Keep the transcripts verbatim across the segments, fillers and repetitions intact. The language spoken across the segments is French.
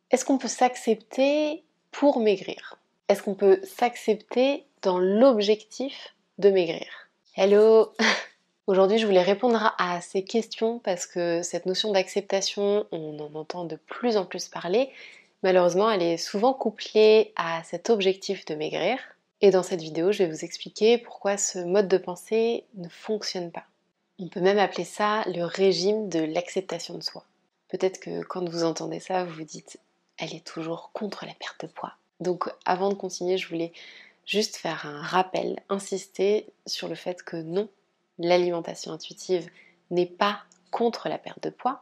Est-ce qu'on peut s'accepter pour maigrir? Est-ce qu'on peut s'accepter dans l'objectif de maigrir? Hello! Aujourd'hui, je voulais répondre à ces questions parce que cette notion d'acceptation, on en entend de plus en plus parler. Malheureusement, elle est souvent couplée à cet objectif de maigrir. Et dans cette vidéo, je vais vous expliquer pourquoi ce mode de pensée ne fonctionne pas. On peut même appeler ça le régime de l'acceptation de soi. Peut-être que quand vous entendez ça, vous vous dites « elle est toujours contre la perte de poids ». Donc avant de continuer, je voulais juste faire un rappel, insister sur le fait que non, l'alimentation intuitive n'est pas contre la perte de poids.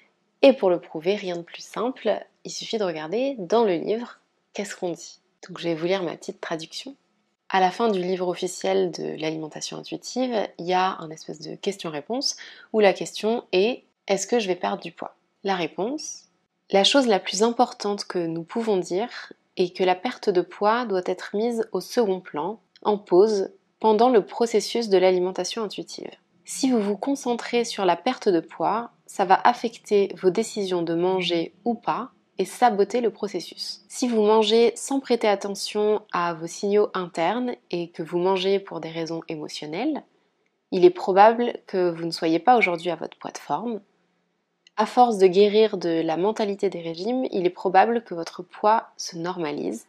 Et pour le prouver, rien de plus simple, il suffit de regarder dans le livre qu'est-ce qu'on dit. Donc je vais vous lire ma petite traduction. À la fin du livre officiel de l'alimentation intuitive, il y a un espèce de question-réponse où la question est « est-ce que je vais perdre du poids ?» La réponse: la chose la plus importante que nous pouvons dire est que la perte de poids doit être mise au second plan, en pause, pendant le processus de l'alimentation intuitive. Si vous vous concentrez sur la perte de poids, ça va affecter vos décisions de manger ou pas et saboter le processus. Si vous mangez sans prêter attention à vos signaux internes et que vous mangez pour des raisons émotionnelles, il est probable que vous ne soyez pas aujourd'hui à votre poids de forme. À force de guérir de la mentalité des régimes, il est probable que votre poids se normalise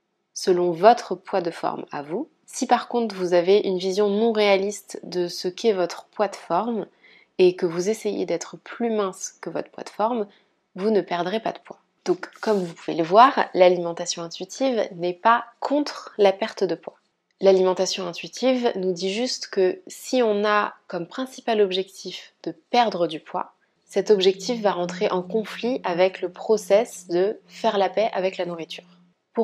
selon votre poids de forme à vous. Si par contre vous avez une vision non réaliste de ce qu'est votre poids de forme et que vous essayez d'être plus mince que votre poids de forme, vous ne perdrez pas de poids. Donc comme vous pouvez le voir, l'alimentation intuitive n'est pas contre la perte de poids. L'alimentation intuitive nous dit juste que si on a comme principal objectif de perdre du poids, cet objectif va rentrer en conflit avec le process de faire la paix avec la nourriture. Pourquoi ?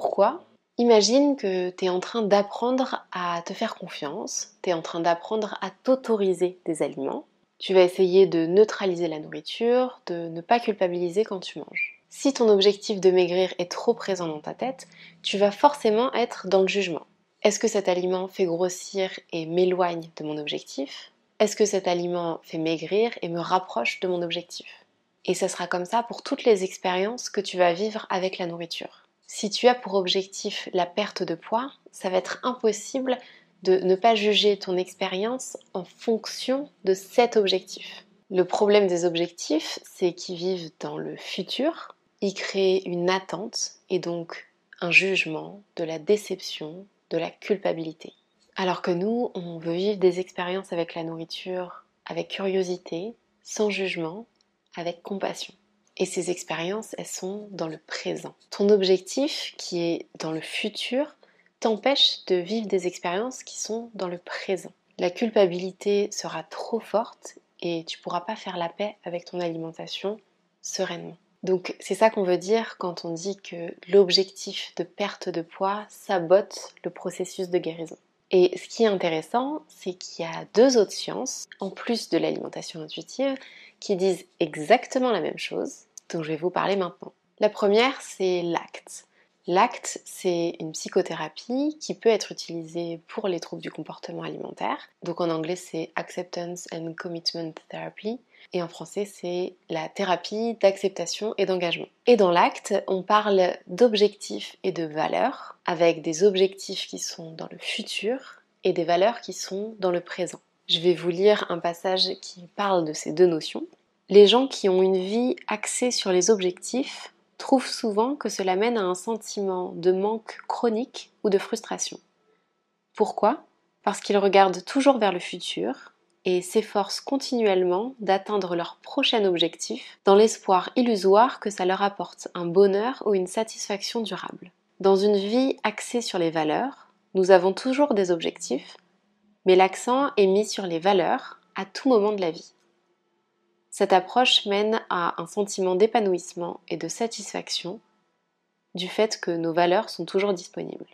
Imagine que tu es en train d'apprendre à te faire confiance, tu es en train d'apprendre à t'autoriser des aliments. Tu vas essayer de neutraliser la nourriture, de ne pas culpabiliser quand tu manges. Si ton objectif de maigrir est trop présent dans ta tête, tu vas forcément être dans le jugement. Est-ce que cet aliment fait grossir et m'éloigne de mon objectif ? Est-ce que cet aliment fait maigrir et me rapproche de mon objectif ? Et ça sera comme ça pour toutes les expériences que tu vas vivre avec la nourriture. Si tu as pour objectif la perte de poids, ça va être impossible de ne pas juger ton expérience en fonction de cet objectif. Le problème des objectifs, c'est qu'ils vivent dans le futur, ils créent une attente et donc un jugement, de la déception, de la culpabilité. Alors que nous, on veut vivre des expériences avec la nourriture avec curiosité, sans jugement, avec compassion. Et ces expériences, elles sont dans le présent. Ton objectif, qui est dans le futur, t'empêche de vivre des expériences qui sont dans le présent. La culpabilité sera trop forte et tu ne pourras pas faire la paix avec ton alimentation sereinement. Donc c'est ça qu'on veut dire quand on dit que l'objectif de perte de poids sabote le processus de guérison. Et ce qui est intéressant, c'est qu'il y a deux autres sciences, en plus de l'alimentation intuitive, qui disent exactement la même chose, dont je vais vous parler maintenant. La première, c'est l'A C T. L'A C T, c'est une psychothérapie qui peut être utilisée pour les troubles du comportement alimentaire. Donc en anglais, c'est Acceptance and Commitment Therapy. Et en français, c'est la thérapie d'acceptation et d'engagement. Et dans l'A C T, on parle d'objectifs et de valeurs, avec des objectifs qui sont dans le futur et des valeurs qui sont dans le présent. Je vais vous lire un passage qui parle de ces deux notions. Les gens qui ont une vie axée sur les objectifs trouvent souvent que cela mène à un sentiment de manque chronique ou de frustration. Pourquoi ? Parce qu'ils regardent toujours vers le futur et s'efforcent continuellement d'atteindre leur prochain objectif dans l'espoir illusoire que ça leur apporte un bonheur ou une satisfaction durable. Dans une vie axée sur les valeurs, nous avons toujours des objectifs, mais l'accent est mis sur les valeurs à tout moment de la vie. Cette approche mène à un sentiment d'épanouissement et de satisfaction du fait que nos valeurs sont toujours disponibles.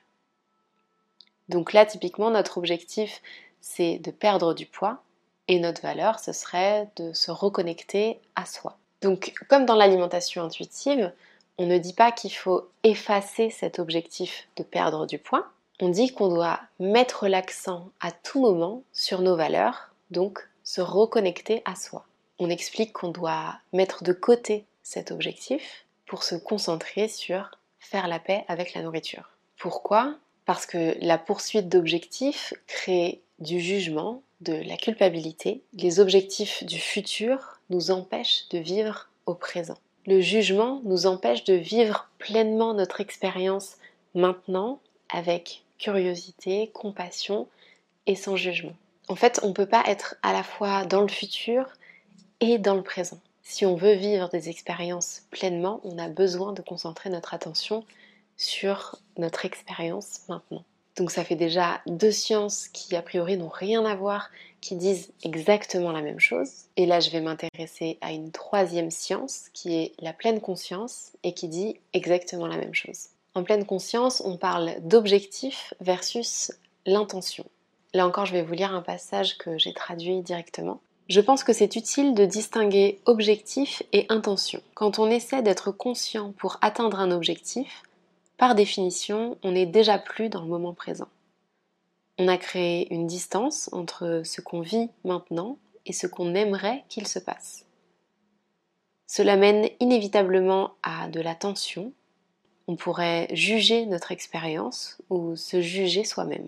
Donc là, typiquement, notre objectif, c'est de perdre du poids et notre valeur, ce serait de se reconnecter à soi. Donc, comme dans l'alimentation intuitive, on ne dit pas qu'il faut effacer cet objectif de perdre du poids. On dit qu'on doit mettre l'accent à tout moment sur nos valeurs, donc se reconnecter à soi. On explique qu'on doit mettre de côté cet objectif pour se concentrer sur faire la paix avec la nourriture. Pourquoi ? Parce que la poursuite d'objectifs crée du jugement, de la culpabilité. Les objectifs du futur nous empêchent de vivre au présent. Le jugement nous empêche de vivre pleinement notre expérience maintenant avec curiosité, compassion et sans jugement. En fait, on ne peut pas être à la fois dans le futur et dans le présent. Si on veut vivre des expériences pleinement, on a besoin de concentrer notre attention sur notre expérience maintenant. Donc ça fait déjà deux sciences qui a priori n'ont rien à voir, qui disent exactement la même chose. Et là je vais m'intéresser à une troisième science qui est la pleine conscience et qui dit exactement la même chose. En pleine conscience, on parle d'objectif versus l'intention. Là encore, je vais vous lire un passage que j'ai traduit directement. Je pense que c'est utile de distinguer objectif et intention. Quand on essaie d'être conscient pour atteindre un objectif, par définition, on n'est déjà plus dans le moment présent. On a créé une distance entre ce qu'on vit maintenant et ce qu'on aimerait qu'il se passe. Cela mène inévitablement à de la tension. On pourrait juger notre expérience ou se juger soi-même.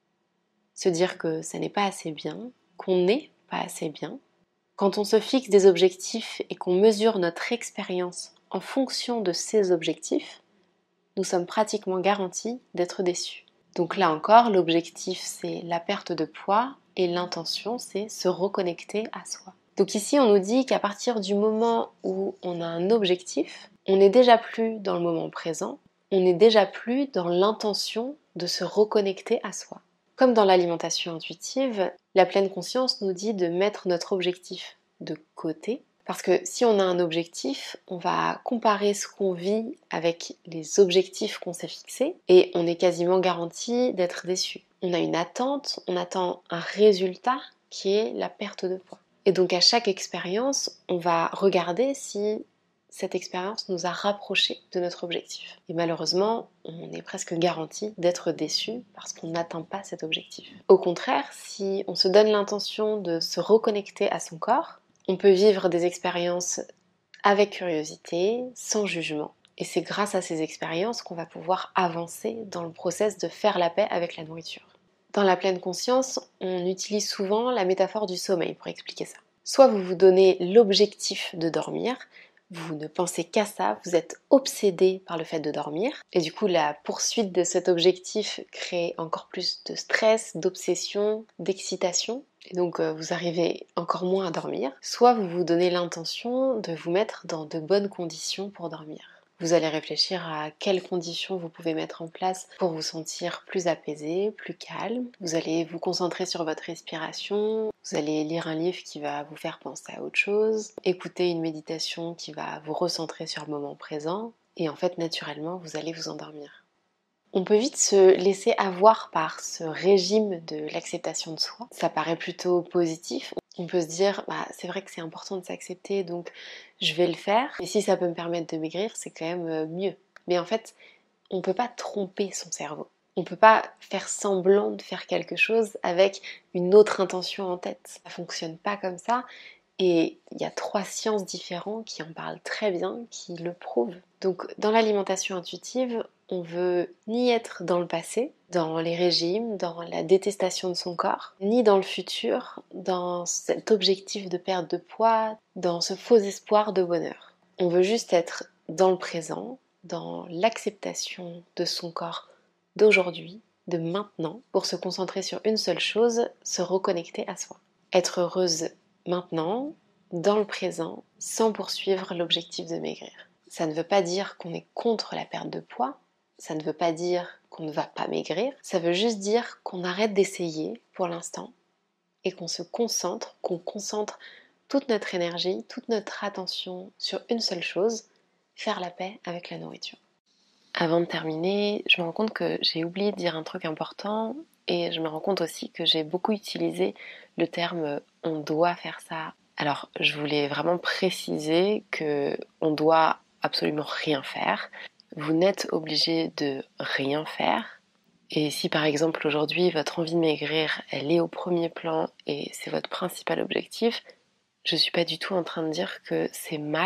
Se dire que ça n'est pas assez bien, qu'on n'est pas assez bien. Quand on se fixe des objectifs et qu'on mesure notre expérience en fonction de ces objectifs, nous sommes pratiquement garantis d'être déçus. Donc là encore, l'objectif c'est la perte de poids et l'intention c'est se reconnecter à soi. Donc ici on nous dit qu'à partir du moment où on a un objectif, on n'est déjà plus dans le moment présent, on n'est déjà plus dans l'intention de se reconnecter à soi. Comme dans l'alimentation intuitive, la pleine conscience nous dit de mettre notre objectif de côté. Parce que si on a un objectif, on va comparer ce qu'on vit avec les objectifs qu'on s'est fixés et on est quasiment garanti d'être déçu. On a une attente, on attend un résultat qui est la perte de poids. Et donc à chaque expérience, on va regarder si cette expérience nous a rapprochés de notre objectif. Et malheureusement, on est presque garanti d'être déçu parce qu'on n'atteint pas cet objectif. Au contraire, si on se donne l'intention de se reconnecter à son corps, on peut vivre des expériences avec curiosité, sans jugement. Et c'est grâce à ces expériences qu'on va pouvoir avancer dans le process de faire la paix avec la nourriture. Dans la pleine conscience, on utilise souvent la métaphore du sommeil pour expliquer ça. Soit vous vous donnez l'objectif de dormir, vous ne pensez qu'à ça, vous êtes obsédé par le fait de dormir, et du coup la poursuite de cet objectif crée encore plus de stress, d'obsession, d'excitation, et donc euh, vous arrivez encore moins à dormir. Soit vous vous donnez l'intention de vous mettre dans de bonnes conditions pour dormir. Vous allez réfléchir à quelles conditions vous pouvez mettre en place pour vous sentir plus apaisé, plus calme. Vous allez vous concentrer sur votre respiration. Vous allez lire un livre qui va vous faire penser à autre chose. Écouter une méditation qui va vous recentrer sur le moment présent. Et en fait, naturellement, vous allez vous endormir. On peut vite se laisser avoir par ce régime de l'acceptation de soi. Ça paraît plutôt positif. On peut se dire, bah, c'est vrai que c'est important de s'accepter, donc je vais le faire. Et si ça peut me permettre de maigrir, c'est quand même mieux. Mais en fait, on ne peut pas tromper son cerveau. On ne peut pas faire semblant de faire quelque chose avec une autre intention en tête. Ça ne fonctionne pas comme ça. Et il y a trois sciences différentes qui en parlent très bien, qui le prouvent. Donc dans l'alimentation intuitive, on veut ni être dans le passé, dans les régimes, dans la détestation de son corps, ni dans le futur, dans cet objectif de perte de poids, dans ce faux espoir de bonheur. On veut juste être dans le présent, dans l'acceptation de son corps d'aujourd'hui, de maintenant, pour se concentrer sur une seule chose, se reconnecter à soi. Être heureuse maintenant, dans le présent, sans poursuivre l'objectif de maigrir. Ça ne veut pas dire qu'on est contre la perte de poids, ça ne veut pas dire qu'on ne va pas maigrir, ça veut juste dire qu'on arrête d'essayer pour l'instant et qu'on se concentre, qu'on concentre toute notre énergie, toute notre attention sur une seule chose, faire la paix avec la nourriture. Avant de terminer, je me rends compte que j'ai oublié de dire un truc important et je me rends compte aussi que j'ai beaucoup utilisé le terme « on doit faire ça ». Alors, je voulais vraiment préciser qu'on doit absolument rien faire. Vous n'êtes obligé de rien faire. Et si par exemple aujourd'hui votre envie de maigrir, elle est au premier plan et c'est votre principal objectif, je suis pas du tout en train de dire que c'est mal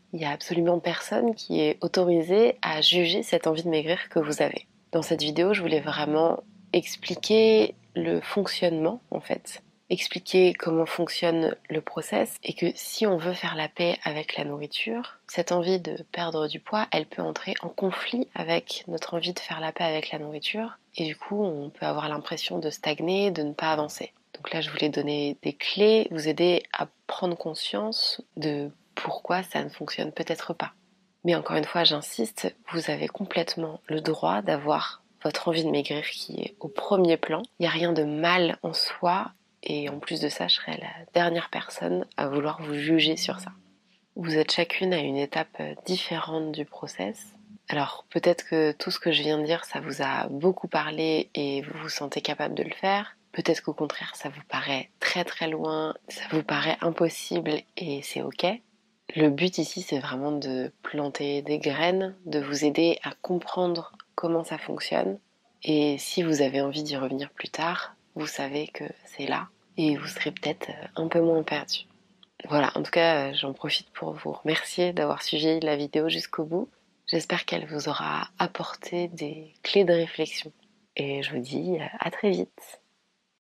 Il n'y a absolument personne qui est autorisé à juger cette envie de maigrir que vous avez. Dans cette vidéo, je voulais vraiment expliquer le fonctionnement en fait, expliquer comment fonctionne le process et que si on veut faire la paix avec la nourriture, cette envie de perdre du poids, elle peut entrer en conflit avec notre envie de faire la paix avec la nourriture et du coup on peut avoir l'impression de stagner, de ne pas avancer. Donc là je voulais donner des clés, vous aider à prendre conscience de pourquoi ça ne fonctionne peut-être pas. Mais encore une fois j'insiste, vous avez complètement le droit d'avoir votre envie de maigrir qui est au premier plan. Il n'y a rien de mal en soi et en plus de ça, je serai la dernière personne à vouloir vous juger sur ça. Vous êtes chacune à une étape différente du process. Alors peut-être que tout ce que je viens de dire, ça vous a beaucoup parlé et vous vous sentez capable de le faire. Peut-être qu'au contraire, ça vous paraît très très loin, ça vous paraît impossible et c'est ok. Le but ici, c'est vraiment de planter des graines, de vous aider à comprendre comment ça fonctionne. Et si vous avez envie d'y revenir plus tard, vous savez que c'est là et vous serez peut-être un peu moins perdu. Voilà, en tout cas, j'en profite pour vous remercier d'avoir suivi la vidéo jusqu'au bout. J'espère qu'elle vous aura apporté des clés de réflexion. Et je vous dis à très vite.